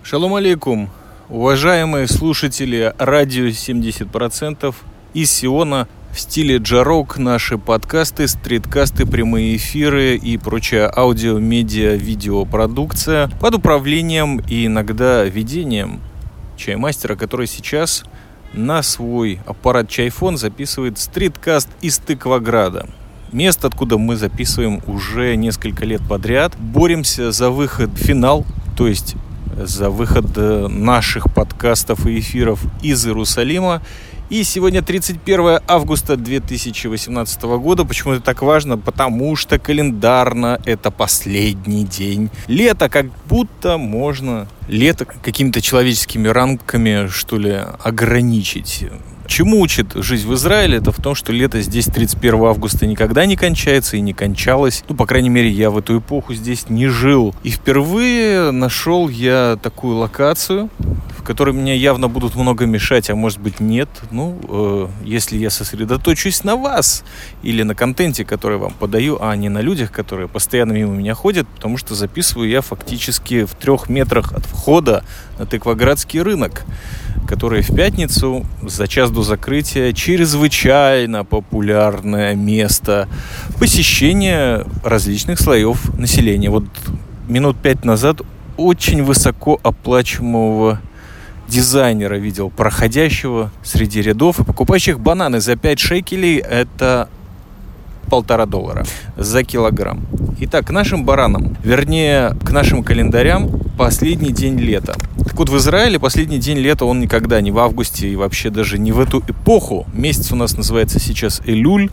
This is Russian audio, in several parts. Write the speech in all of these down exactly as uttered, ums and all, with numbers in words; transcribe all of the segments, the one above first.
Шалом алейкум, уважаемые слушатели радио семьдесят процентов из Сиона в стиле джарок, наши подкасты, стриткасты, прямые эфиры и прочая аудио, медиа, видеопродукция под управлением и иногда ведением чаймастера, который сейчас на свой аппарат чайфон записывает стриткаст из Тыкваграда. Место, откуда мы записываем уже несколько лет подряд. Боремся за выход в финал, то есть за выход наших подкастов и эфиров из Иерусалима. И сегодня тридцать первое августа две тысячи восемнадцатого года. Почему это так важно? Потому что календарно это последний день лета. Как будто можно лето какими-то человеческими рамками, что ли, ограничить. Чему учит жизнь в Израиле? Это в том, что лето здесь тридцать первого августа никогда не кончается и не кончалось. Ну, по крайней мере, я в эту эпоху здесь не жил. И впервые нашел я такую локацию, в которой мне явно будут много мешать, а может быть нет. Ну, э, если я сосредоточусь на вас или на контенте, который вам подаю, а не на людях, которые постоянно мимо меня ходят, потому что записываю я фактически в трех метрах от входа на Тыкваградский рынок, который в пятницу за час до закрытия чрезвычайно популярное место посещения различных слоев населения. Вот минут пять назад очень высоко оплачиваемого дизайнера видел, проходящего среди рядов и покупающих бананы за пять шекелей. Это полтора доллара за килограмм. Итак, к нашим баранам, вернее, к нашим календарям последний день лета. Так вот, в Израиле последний день лета, он никогда не в августе и вообще даже не в эту эпоху. Месяц у нас называется сейчас Элюль.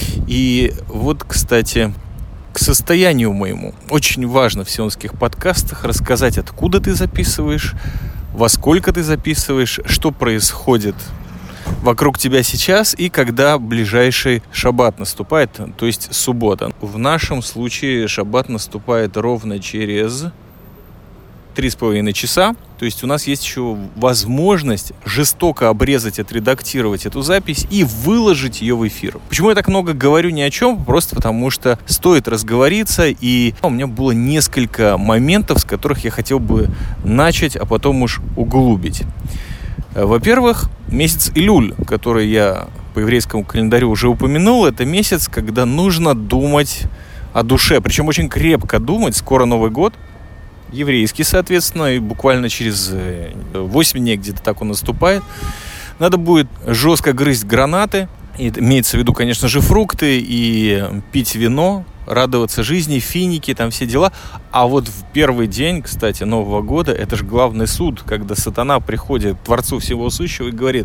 И вот, кстати, к состоянию моему очень важно в сионских подкастах рассказать, откуда ты записываешь, во сколько ты записываешь, что происходит вокруг тебя сейчас и когда ближайший шаббат наступает, то есть суббота. В нашем случае шаббат наступает ровно через три с половиной часа. То есть у нас есть еще возможность жестоко обрезать, отредактировать эту запись и выложить ее в эфир. Почему я так много говорю ни о чем? Просто потому что стоит разговориться, и у меня было несколько моментов, с которых я хотел бы начать, а потом уж углубить. Во-первых, месяц Илюль, который я по еврейскому календарю уже упомянул, это месяц, когда нужно думать о душе. Причем очень крепко думать. Скоро Новый год. Еврейский, соответственно, и буквально через восемь дней где-то так он наступает. Надо будет жестко грызть гранаты. И имеется в виду, конечно же, фрукты и пить вино, радоваться жизни, финики, там все дела. А вот в первый день, кстати, Нового года, это же главный суд, когда сатана приходит к Творцу всего сущего и говорит: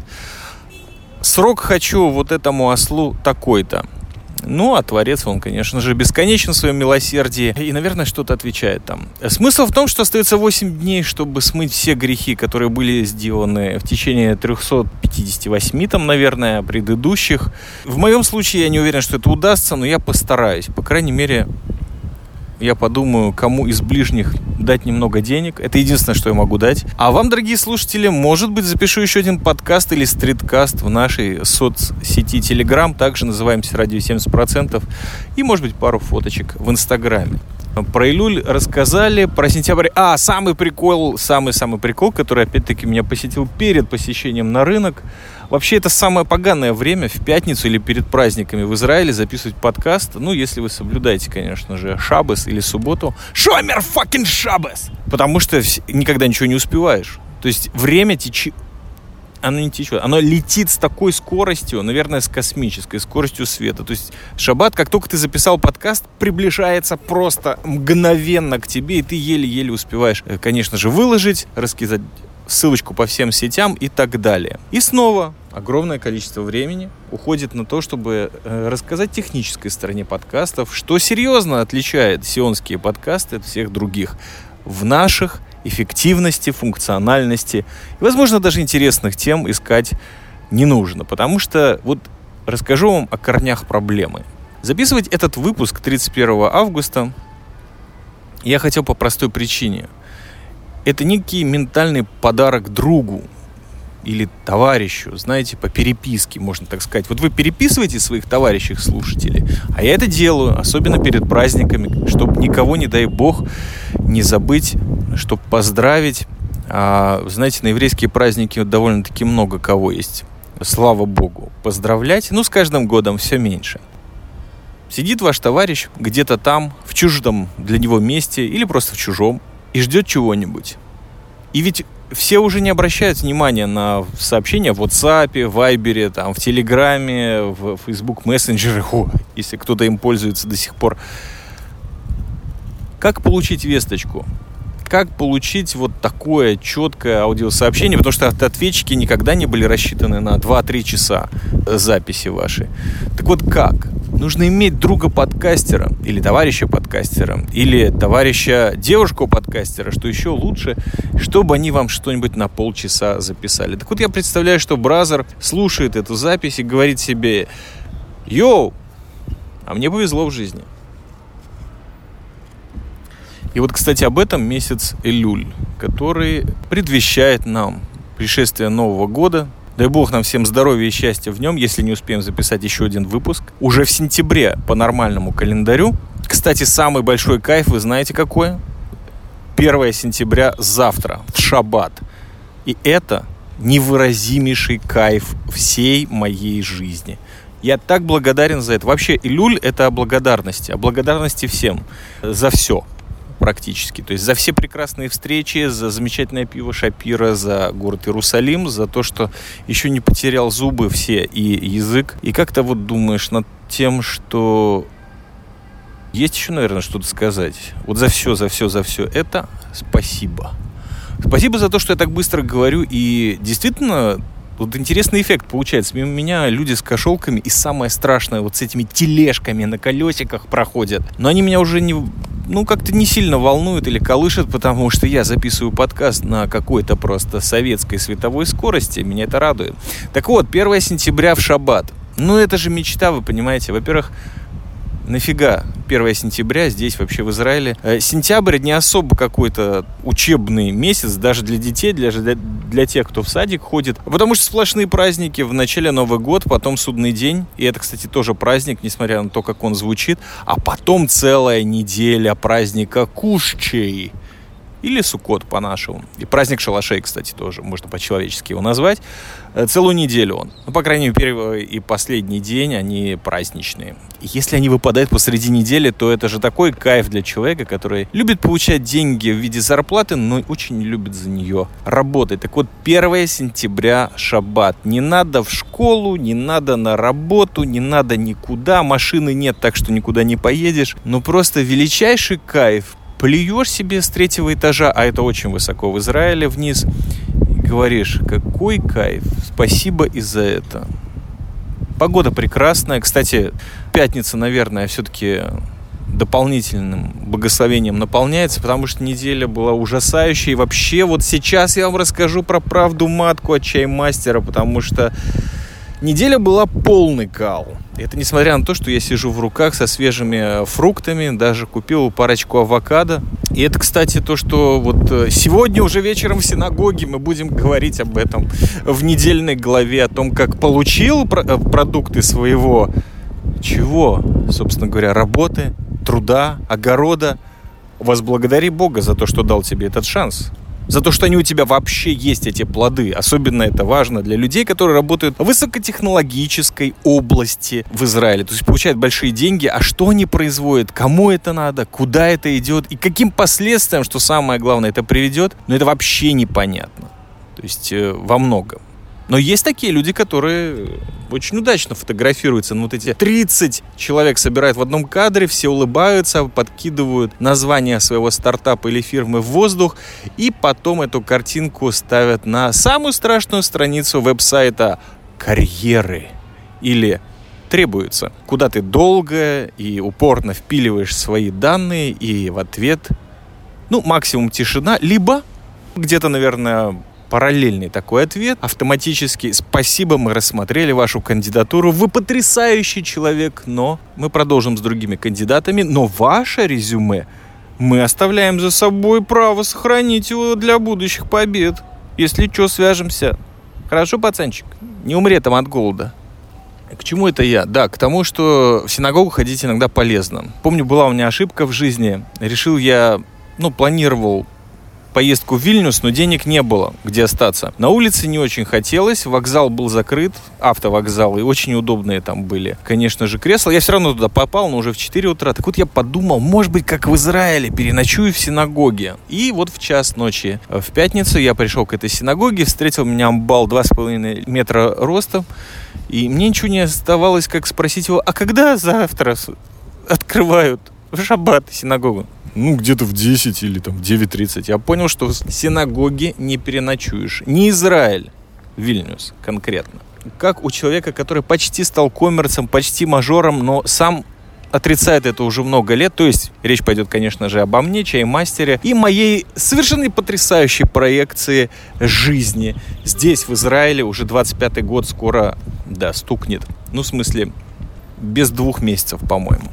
срок хочу вот этому ослу такой-то. Ну, а Творец, он, конечно же, бесконечен в своем милосердии и, наверное, что-то отвечает там. Смысл в том, что остается восемь дней, чтобы смыть все грехи, которые были сделаны в течение триста пятьдесят восемь, там, наверное, предыдущих. В моем случае я не уверен, что это удастся, но я постараюсь. По крайней мере, я подумаю, кому из ближних дать немного денег. Это единственное, что я могу дать. А вам, дорогие слушатели, может быть, запишу еще один подкаст или стриткаст в нашей соцсети Telegram. Также называемся радио семьдесят процентов. И, может быть, пару фоточек в Инстаграме. Про Илюль рассказали, про сентябрь. А, самый прикол, самый-самый прикол, который, опять-таки, меня посетил перед посещением на рынок. Вообще, это самое поганое время в пятницу или перед праздниками в Израиле записывать подкаст. Ну, если вы соблюдаете, конечно же, шаббос или субботу. Шомер факин шаббос! Потому что никогда ничего не успеваешь. То есть время течет. Оно не течет, оно летит с такой скоростью, наверное, с космической скоростью света. То есть шаббат, как только ты записал подкаст, приближается просто мгновенно к тебе, и ты еле-еле успеваешь, конечно же, выложить, раскидать ссылочку по всем сетям и так далее. И снова огромное количество времени уходит на то, чтобы рассказать технической стороне подкастов, что серьезно отличает сионские подкасты от всех других в наших эффективности, функциональности и, возможно, даже интересных тем искать не нужно, потому что вот расскажу вам о корнях проблемы. Записывать этот выпуск тридцать первого августа я хотел по простой причине. Это некий ментальный подарок другу или товарищу, знаете, по переписке, можно так сказать. Вот вы переписываете своих товарищей-слушателей, а я это делаю, особенно перед праздниками, чтобы никого, не дай бог, не забыть, чтобы поздравить А, знаете, на еврейские праздники довольно-таки много кого есть. Слава Богу. Поздравлять. Ну, с каждым годом все меньше. Сидит ваш товарищ где-то там, в чуждом для него месте или просто в чужом, и ждет чего-нибудь. И ведь все уже не обращают внимания на сообщения в WhatsApp, в Viber, там, в Телеграме, в Facebook Messenger, о, если кто-то им пользуется до сих пор. Как получить весточку? Как получить вот такое четкое аудиосообщение? Потому что автоответчики никогда не были рассчитаны на два-три часа записи вашей. Так вот как? Нужно иметь друга-подкастера или товарища-подкастера, или товарища девушку-подкастера, что еще лучше, чтобы они вам что-нибудь на полчаса записали. Так вот я представляю, что Бразер слушает эту запись и говорит себе: «Йоу, а мне повезло в жизни». И вот, кстати, об этом месяц Элюль, который предвещает нам пришествие Нового года. Дай Бог нам всем здоровья и счастья в нем, если не успеем записать еще один выпуск. Уже в сентябре по нормальному календарю. Кстати, самый большой кайф, вы знаете какой? первое сентября завтра, в шаббат. И это невыразимейший кайф всей моей жизни. Я так благодарен за это. Вообще, Элюль — это о благодарности. О благодарности всем. За все. Практически. То есть за все прекрасные встречи, за замечательное пиво Шапира, за город Иерусалим, за то, что еще не потерял зубы все и язык. И как-то вот думаешь над тем, что есть еще, наверное, что-то сказать. Вот за все, за все, за все это спасибо. Спасибо за то, что я так быстро говорю. И действительно, вот интересный эффект получается. Мимо меня люди с кошелками и самое страшное, вот с этими тележками на колесиках проходят. Но они меня уже не... ну, как-то не сильно волнует или колышет, потому что я записываю подкаст на какой-то просто советской световой скорости. Меня это радует. Так вот, первое сентября в шаббат. Ну, это же мечта, вы понимаете. Во-первых, нафига первое сентября здесь вообще в Израиле? Сентябрь не особо какой-то учебный месяц, даже для детей, для, для тех, кто в садик ходит. Потому что сплошные праздники. В начале Новый год, потом Судный день. И это, кстати, тоже праздник, несмотря на то, как он звучит. А потом целая неделя праздника Кушчей. Или Суккот по-нашему. И праздник шалашей, кстати, тоже. Можно по-человечески его назвать. Целую неделю он. Ну, по крайней мере, первый и последний день они праздничные. И если они выпадают посреди недели, то это же такой кайф для человека, который любит получать деньги в виде зарплаты, но очень не любит за нее работать. Так вот, первое сентября шаббат. Не надо в школу, не надо на работу, не надо никуда. Машины нет, так что никуда не поедешь. Но просто величайший кайф. Плюешь себе с третьего этажа, а это очень высоко в Израиле, вниз, и говоришь: какой кайф, спасибо и за это. Погода прекрасная. Кстати, пятница, наверное, все-таки дополнительным благословением наполняется, потому что неделя была ужасающей. И вообще, вот сейчас я вам расскажу про правду матку от чаймастера, потому что неделя была полный кал. Это несмотря на то, что я сижу в руках со свежими фруктами, даже купил парочку авокадо. И это, кстати, то, что вот сегодня уже вечером в синагоге мы будем говорить об этом в недельной главе, о том, как получил продукты своего, чего, собственно говоря, работы, труда, огорода. Возблагодари Бога за то, что дал тебе этот шанс. За то, что они у тебя вообще есть, эти плоды. Особенно это важно для людей, которые работают в высокотехнологической области в Израиле. То есть получают большие деньги. А что они производят? Кому это надо? Куда это идет? И каким последствиям, что самое главное, это приведет? Но это вообще непонятно. То есть э, во многом. Но есть такие люди, которые очень удачно фотографируются. Ну, вот эти тридцать человек собирают в одном кадре, все улыбаются, подкидывают название своего стартапа или фирмы в воздух, и потом эту картинку ставят на самую страшную страницу веб-сайта карьеры. Или требуется, куда ты долго и упорно впиливаешь свои данные, и в ответ, ну, максимум тишина, либо где-то, наверное, параллельный такой ответ, автоматически: спасибо, мы рассмотрели вашу кандидатуру, вы потрясающий человек, но мы продолжим с другими кандидатами, но ваше резюме мы оставляем за собой право сохранить его для будущих побед. Если что, свяжемся. Хорошо, пацанчик? Не умри там от голода. К чему это я? Да, к тому, что в синагогу ходить иногда полезно. Помню, была у меня ошибка в жизни. Решил я, ну, планировал поездку в Вильнюс, но денег не было, где остаться. На улице не очень хотелось, вокзал был закрыт, автовокзал, и очень удобные там были, конечно же, кресла. Я все равно туда попал, но уже в четыре утра. Так вот я подумал, может быть, как в Израиле, переночую в синагоге. И вот в час ночи в пятницу я пришел к этой синагоге, встретил меня амбал два с половиной метра ростом, и мне ничего не оставалось, как спросить его, а когда завтра открывают в шаббат синагогу? Ну, где-то в десять или там в девять тридцать. Я понял, что в синагоге не переночуешь. Не Израиль, Вильнюс конкретно. Как у человека, который почти стал коммерцем, почти мажором, но сам отрицает это уже много лет. То есть речь пойдет, конечно же, обо мне, чаймастере, и моей совершенно потрясающей проекции жизни. Здесь, в Израиле, уже двадцать пятый год скоро, да, стукнет. Ну, в смысле, без двух месяцев, по-моему.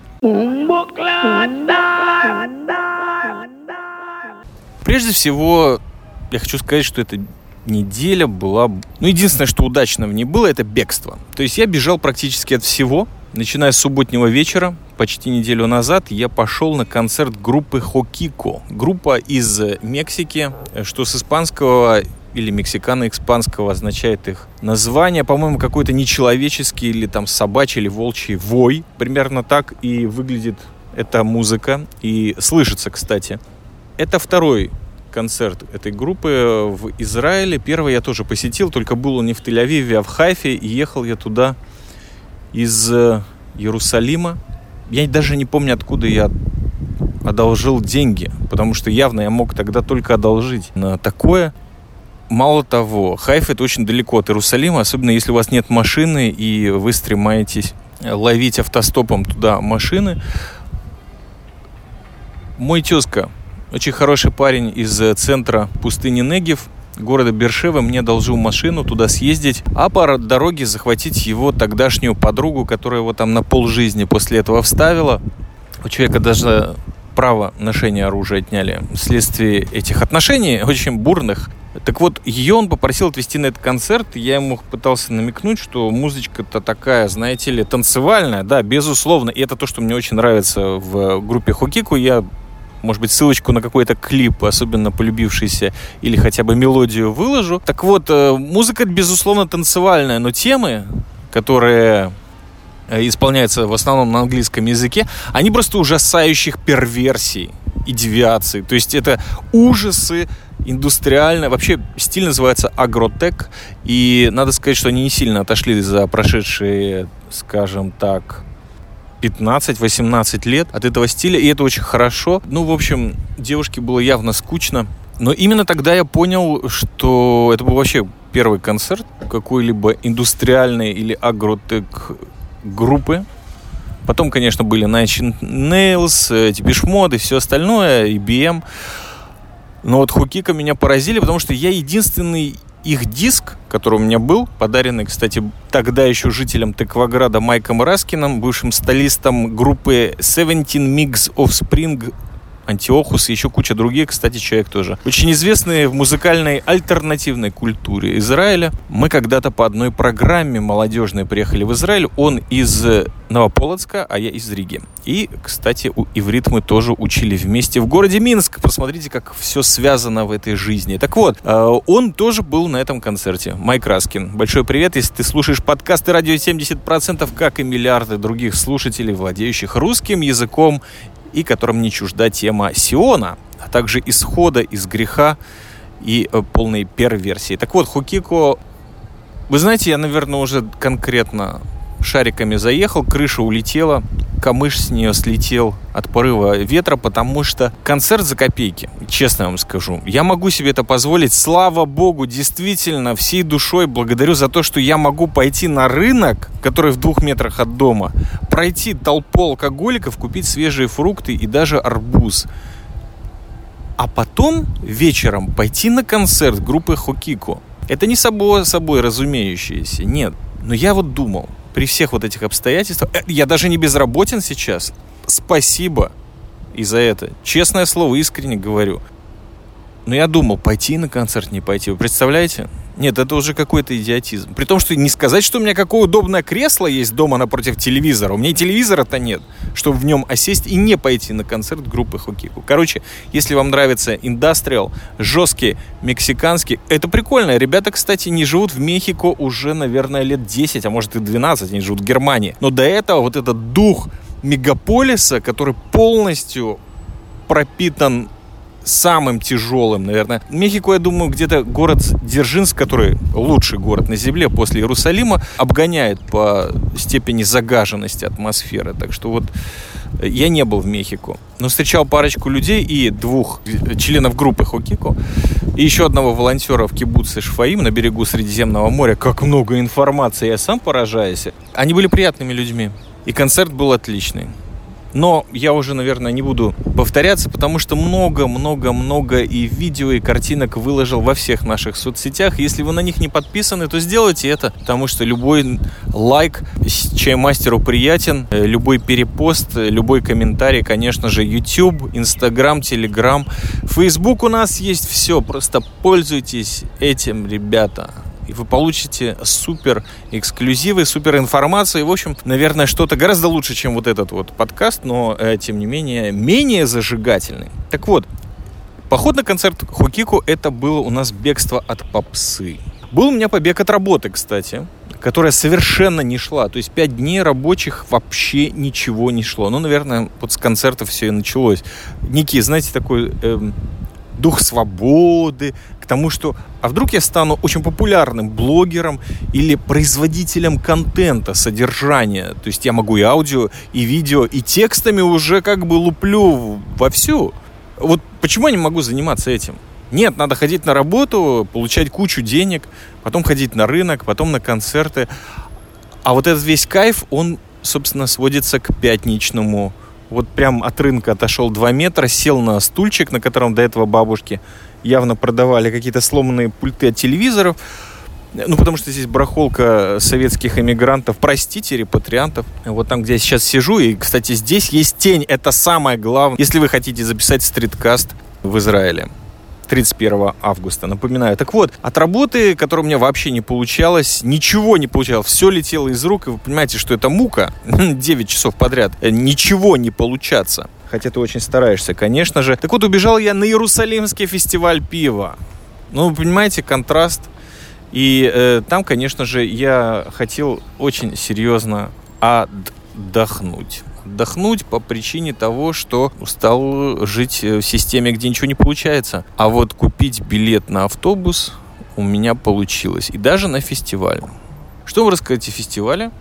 Прежде всего, я хочу сказать, что эта неделя была... Ну, единственное, что удачно в ней было, это бегство. То есть я бежал практически от всего. Начиная с субботнего вечера, почти неделю назад, я пошел на концерт группы Хокико. Группа из Мексики, что с испанского... или мексикано-испанского означает их название, по-моему, какой-то нечеловеческий или там собачий или волчий вой. Примерно так и выглядит эта музыка. И слышится, кстати. Это второй концерт этой группы в Израиле. Первый я тоже посетил, только был он не в Тель-Авиве, а в Хайфе. И ехал я туда из Иерусалима. Я даже не помню, откуда я одолжил деньги, потому что явно я мог тогда только одолжить на такое. Мало того, Хайфа — это очень далеко от Иерусалима, особенно если у вас нет машины и вы стремаетесь ловить автостопом туда машины. Мой тезка, очень хороший парень из центра пустыни Негев, города Бершева, мне одолжил машину туда съездить, а по дороге захватить его тогдашнюю подругу, которая его там на полжизни после этого вставила. У человека даже право ношения оружия отняли вследствие этих отношений, очень бурных. Так вот, ее он попросил отвезти на этот концерт. Я ему пытался намекнуть, что музычка-то такая, знаете ли, танцевальная, да, безусловно. И это то, что мне очень нравится в группе Хокико. Я, может быть, ссылочку на какой-то клип, особенно полюбившийся, или хотя бы мелодию выложу. Так вот, музыка, безусловно, танцевальная, но темы, которые исполняются в основном на английском языке, они просто ужасающих перверсий и девиаций. То есть это ужасы индустриально. Вообще стиль называется агротек. И надо сказать, что они не сильно отошли за прошедшие, скажем так, пятнадцать-восемнадцать лет от этого стиля. И это очень хорошо. Ну, в общем, девушке было явно скучно. Но именно тогда я понял, что это был вообще первый концерт какой-либо индустриальной или агротек группы. Потом, конечно, были Nine Inch Nails, Depeche Mode и все остальное, и би эм. Но вот Хокико меня поразили, потому что я единственный их диск, который у меня был, подаренный, кстати, тогда еще жителям Текваграда Майком Раскиным, бывшим солистом группы Seventeen Mix Offspring, Антиохус и еще куча других, кстати, человек тоже. Очень известные в музыкальной альтернативной культуре Израиля. Мы когда-то по одной программе молодежной приехали в Израиль. Он из Новополоцка, а я из Риги. И, кстати, иврит мы тоже учили вместе в городе Минск. Посмотрите, как все связано в этой жизни. Так вот, он тоже был на этом концерте. Майк Раскин. Большой привет, если ты слушаешь подкасты «Радио семьдесят процентов», как и миллиарды других слушателей, владеющих русским языком, и которым не чужда тема Сиона, а также исхода из греха и э, полной перверсии. Так вот, Хокико, вы знаете, я, наверное, уже конкретно шариками заехал, крыша улетела, камыш с нее слетел от порыва ветра, потому что концерт за копейки, честно вам скажу. Я могу себе это позволить, слава богу, действительно, всей душой благодарю за то, что я могу пойти на рынок, который в двух метрах от дома, пройти толпу алкоголиков, купить свежие фрукты и даже арбуз. А потом вечером пойти на концерт группы Хокико. Это не собой, собой разумеющееся, нет. Но я вот думал, при всех вот этих обстоятельствах, я даже не безработен сейчас, спасибо и за это, честное слово, искренне говорю. Но я думал, пойти на концерт, не пойти. Вы представляете? Нет, это уже какой-то идиотизм. При том, что не сказать, что у меня какое удобное кресло есть дома напротив телевизора. У меня и телевизора-то нет, чтобы в нем осесть и не пойти на концерт группы Хокику. Короче, если вам нравится индастриал, жесткий, мексиканский, это прикольно. Ребята, кстати, не живут в Мехико уже, наверное, лет десять, а может и двенадцать, они живут в Германии. Но до этого вот этот дух мегаполиса, который полностью пропитан самым тяжелым, наверное. Мехико, я думаю, где-то город Дзержинск, который лучший город на земле после Иерусалима, обгоняет по степени загаженности атмосферы. Так что вот я не был в Мехико, но встречал парочку людей и двух членов группы Хокику, и еще одного волонтера в кибуце Шфаим на берегу Средиземного моря. Как много информации, я сам поражаюсь. Они были приятными людьми, и концерт был отличный. Но я уже, наверное, не буду повторяться, потому что много-много-много и видео, и картинок выложил во всех наших соцсетях. Если вы на них не подписаны, то сделайте это, потому что любой лайк чаймастеру приятен, любой перепост, любой комментарий, конечно же, YouTube, Instagram, Telegram, Facebook у нас есть все. Просто пользуйтесь этим, ребята. И вы получите супер эксклюзивы, супер информацию. И, в общем, наверное, что-то гораздо лучше, чем вот этот вот подкаст, но, э, тем не менее, менее зажигательный. Так вот, поход на концерт Хокику — это было у нас бегство от попсы. Был у меня побег от работы, кстати, которая совершенно не шла. То есть пять дней рабочих вообще ничего не шло. Ну, наверное, вот с концерта все и началось. Некий, знаете, такой э, дух свободы, к тому, что а вдруг я стану очень популярным блогером или производителем контента, содержания. То есть я могу и аудио, и видео, и текстами уже как бы луплю вовсю. Вот почему я не могу заниматься этим? Нет, надо ходить на работу, получать кучу денег, потом ходить на рынок, потом на концерты. А вот этот весь кайф, он, собственно, сводится к пятничному. Вот прям от рынка отошел два метра, сел на стульчик, на котором до этого бабушки явно продавали какие-то сломанные пульты от телевизоров. Ну, потому что здесь барахолка советских эмигрантов, простите, репатриантов. Вот там, где я сейчас сижу. И, кстати, здесь есть тень. Это самое главное. Если вы хотите записать стриткаст в Израиле тридцать первого августа, напоминаю. Так вот, от работы, которая у меня вообще не получалась, ничего не получалось, все летело из рук, и вы понимаете, что это мука, девять часов подряд, ничего не получаться. Хотя ты очень стараешься, конечно же. Так вот, убежал я на Иерусалимский фестиваль пива. Ну, вы понимаете, контраст. И э, там, конечно же, я хотел очень серьезно отдохнуть. Отдохнуть по причине того, что устал жить в системе, где ничего не получается. А вот купить билет на автобус у меня получилось. И даже на фестиваль. Что вы рассказать о фестивале?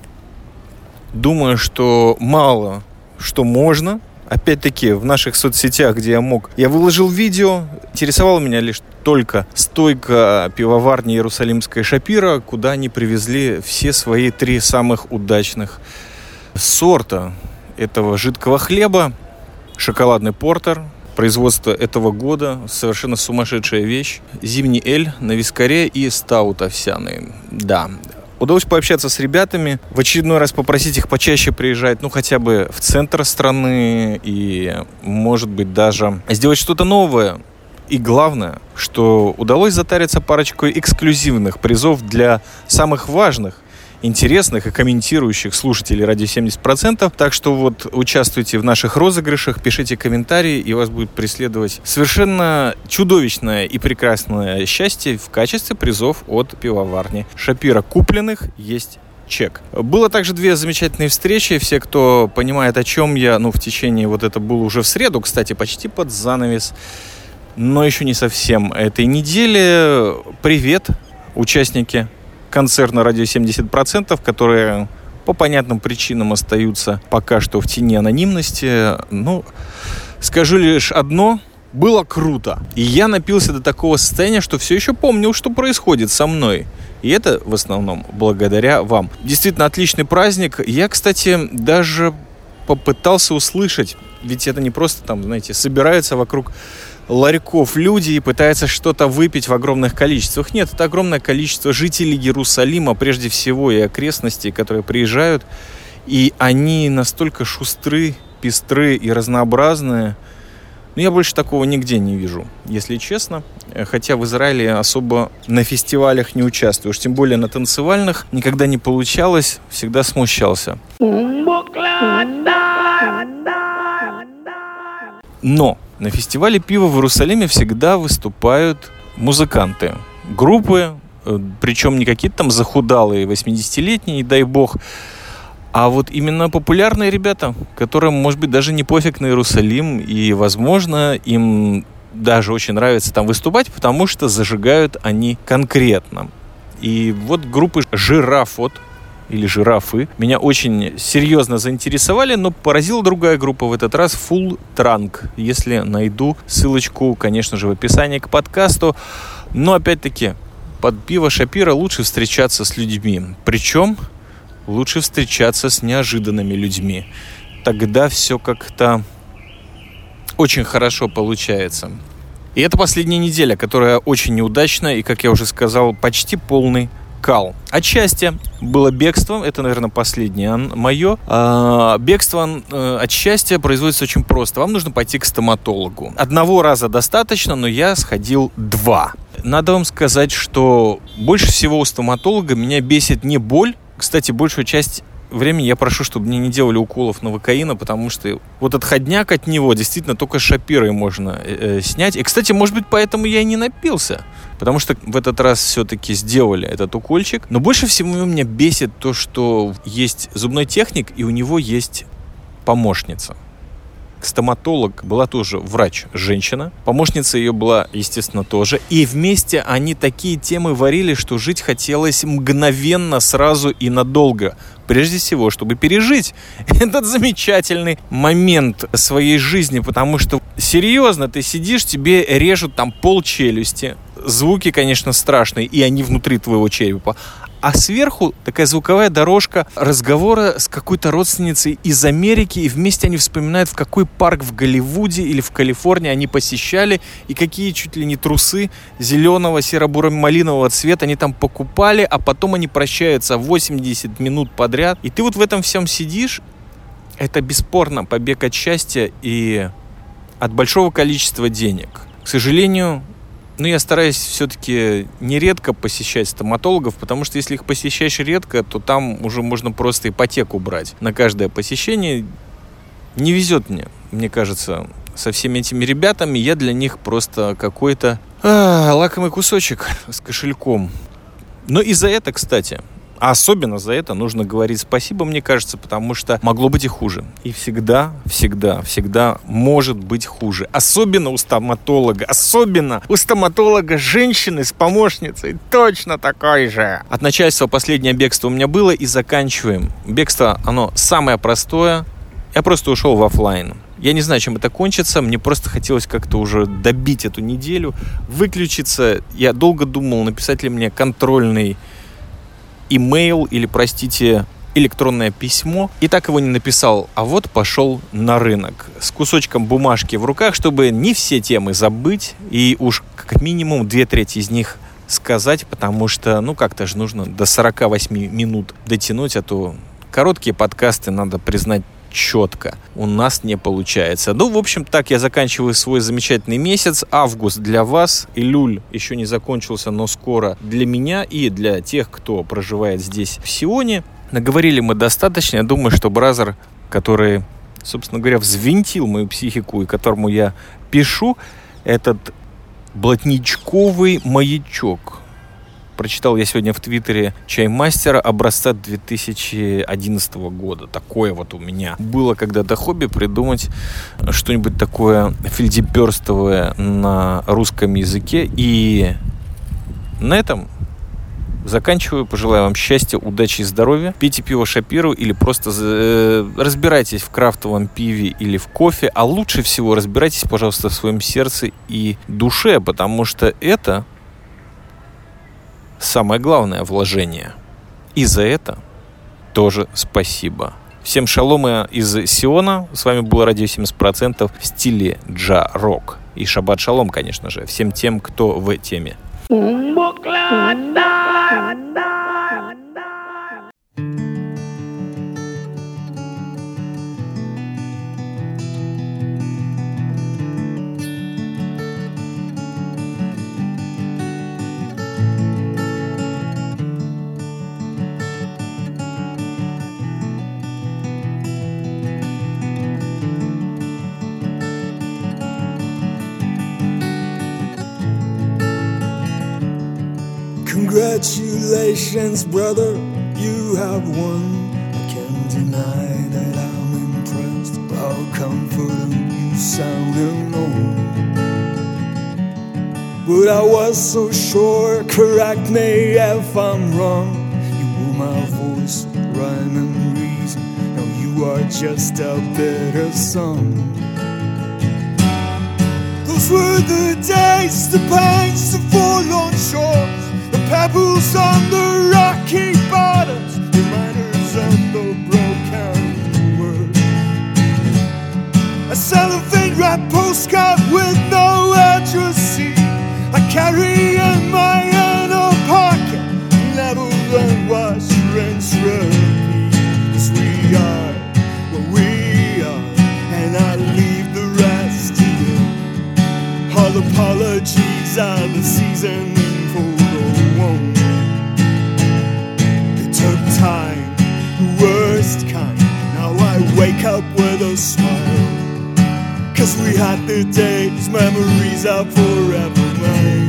Думаю, что мало что можно. Опять-таки, в наших соцсетях, где я мог, я выложил видео. Интересовало меня лишь только стойка пивоварни Иерусалимская Шапира, куда они привезли все свои три самых удачных сорта этого жидкого хлеба. Шоколадный портер, производство этого года, совершенно сумасшедшая вещь. Зимний эль на вискаре и стаут овсяный. Да, удалось пообщаться с ребятами, в очередной раз попросить их почаще приезжать, ну, хотя бы в центр страны и, может быть, даже сделать что-то новое. И главное, что удалось затариться парочкой эксклюзивных призов для самых важных, интересных и комментирующих слушателей радио семьдесят процентов. Так что вот участвуйте в наших розыгрышах, пишите комментарии, и вас будет преследовать совершенно чудовищное и прекрасное счастье в качестве призов от пивоварни Шапира. Купленных есть чек. Было также две замечательные встречи. Все, кто понимает, о чем я, ну, в течение, вот это было уже в среду, кстати, почти под занавес, но еще не совсем этой недели. Привет, участники концерна радио семьдесят процентов, которые по понятным причинам остаются пока что в тени анонимности. Ну, скажу лишь одно: было круто. И я напился до такого состояния, что все еще помнил, что происходит со мной. И это в основном благодаря вам. Действительно отличный праздник. Я, кстати, даже попытался услышать, ведь это не просто там, знаете, собираются вокруг ларьков люди и пытаются что-то выпить в огромных количествах. Нет, это огромное количество жителей Иерусалима, прежде всего, и окрестностей, которые приезжают, и они настолько шустры, пестры и разнообразные. Но я больше такого нигде не вижу, если честно. Хотя в Израиле особо на фестивалях не участвую. Уж тем более на танцевальных никогда не получалось, всегда смущался. Но на фестивале пива в Иерусалиме всегда выступают музыканты, группы, причем не какие-то там захудалые восьмидесятилетние, не дай бог, а вот именно популярные ребята, которым, может быть, даже не пофиг на Иерусалим, и, возможно, им даже очень нравится там выступать, потому что зажигают они конкретно. И вот группы «Жирафот» или «Жирафы» меня очень серьезно заинтересовали, но поразила другая группа, в этот раз Full Trunk. Если найду ссылочку, конечно же, в описании к подкасту. Но, опять-таки, под пиво Шапира лучше встречаться с людьми. Причем лучше встречаться с неожиданными людьми. Тогда все как-то очень хорошо получается. И это последняя неделя, которая очень неудачная и, как я уже сказал, почти полный кал. Отчасти было бегством, это, наверное, последнее мое. А, бегство а, от счастья производится очень просто. Вам нужно пойти к стоматологу. Одного раза достаточно, но я сходил два. Надо вам сказать, что больше всего у стоматолога меня бесит не боль. Кстати, большую часть времени я прошу, чтобы мне не делали уколов новокаина, потому что вот отходняк от него действительно только Шапирой можно э, снять. И, кстати, может быть, поэтому я и не напился. Потому что в этот раз все-таки сделали этот укольчик. Но больше всего меня бесит то, что есть зубной техник, и у него есть помощница. Стоматолог была тоже врач, женщина. Помощница ее была, естественно, тоже. И вместе они такие темы варили, что жить хотелось мгновенно, сразу и надолго. Прежде всего, чтобы пережить этот замечательный момент своей жизни. Потому что, серьезно, ты сидишь, тебе режут там полчелюсти. Звуки, конечно, страшные, и они внутри твоего черепа. А сверху такая звуковая дорожка разговора с какой-то родственницей из Америки, и вместе они вспоминают, в какой парк в Голливуде или в Калифорнии они посещали, и какие чуть ли не трусы зеленого, серо-буро-малинового цвета они там покупали, а потом они прощаются восемьдесят минут подряд. И ты вот в этом всем сидишь. Это бесспорно побег от счастья и от большого количества денег. К сожалению, Ну, я стараюсь все-таки нередко посещать стоматологов, потому что если их посещаешь редко, то там уже можно просто ипотеку брать на каждое посещение. Не везет мне, мне кажется, со всеми этими ребятами. Я для них просто какой-то а, лакомый кусочек с кошельком. Но и за это, кстати, а особенно за это нужно говорить спасибо, мне кажется, потому что могло быть и хуже. И всегда, всегда, всегда может быть хуже. Особенно у стоматолога. Особенно у стоматолога женщины с помощницей. Точно такой же. От начальства последнее бегство у меня было, и заканчиваем. Бегство, оно самое простое. Я просто ушел в офлайн. Я не знаю, чем это кончится. Мне просто хотелось как-то уже добить эту неделю, выключиться. Я долго думал, написать ли мне контрольный имейл или, простите, электронное письмо. И так его не написал. А вот пошел на рынок с кусочком бумажки в руках, чтобы не все темы забыть. И уж как минимум две трети из них сказать, потому что, ну, как-то же нужно до сорок восемь минут дотянуть, а то короткие подкасты, надо признать, четко у нас не получается. Ну, в общем, так я заканчиваю свой замечательный месяц. Август для вас, июль еще не закончился, но скоро для меня и для тех, кто проживает здесь, в Сионе. Наговорили мы достаточно. Я думаю, что Бразер, который, собственно говоря, взвинтил мою психику и которому я пишу этот блатничковый маячок. Прочитал я сегодня в Твиттере Чаймастера образца две тысячи одиннадцатого года. Такое вот у меня было когда-то хобби — придумать что-нибудь такое фельдеперстовое на русском языке. И на этом заканчиваю. Пожелаю вам счастья, удачи и здоровья. Пейте пиво Шапиру или просто э, разбирайтесь в крафтовом пиве или в кофе. А лучше всего разбирайтесь, пожалуйста, в своем сердце и душе, потому что это самое главное вложение. И за это тоже спасибо. Всем шалом из Сиона. С вами было радио семьдесят процентов в стиле джа-рок. И шаббат шалом, конечно же, всем тем, кто в теме. congratulations, brother, you have won. I can't deny that I'm impressed by how confident you sound alone. But I was so sure, correct me if I'm wrong. You were my voice, rhyme and reason. Now you are just a bitter song. Those were the days, the pines, the forlorn shores, the pebbles on the rocky bottoms, reminders of the broken world. A cellophane wrapped postcard with no addressee I carry in my inner pocket. Never learned what rinse repeat. 'Cause we are what we are, and I leave the rest to you. All apologies are the seasoning for the wound. It took time, the worst kind. Now I wake up with a smile. 'Cause we had the days, memories are forever mine.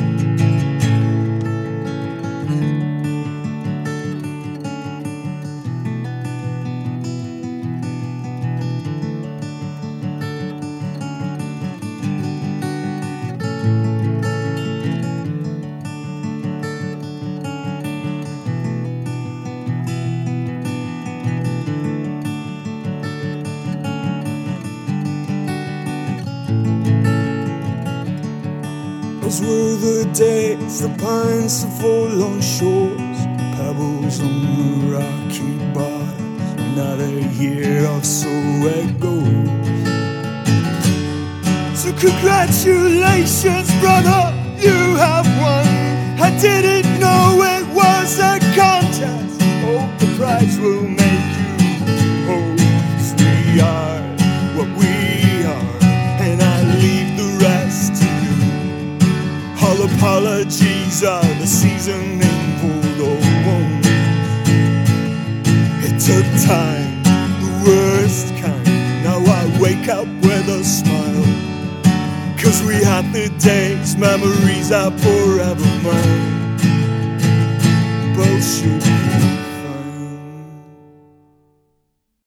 Those were the days, the pines, the forlorn shores, pebbles on the rocky bottoms. Another year or so it goes. So congratulations, brother, you have won. I didn't know it was a contest. Hope the prize will make you whole. 'Cause we are what we are, and I leave the rest to you. All apologies are the seasoning for the wound. It took time, the worst kind. Now I wake up with a smile. 'Cause we had the days, memories are forever mine. Bullshit.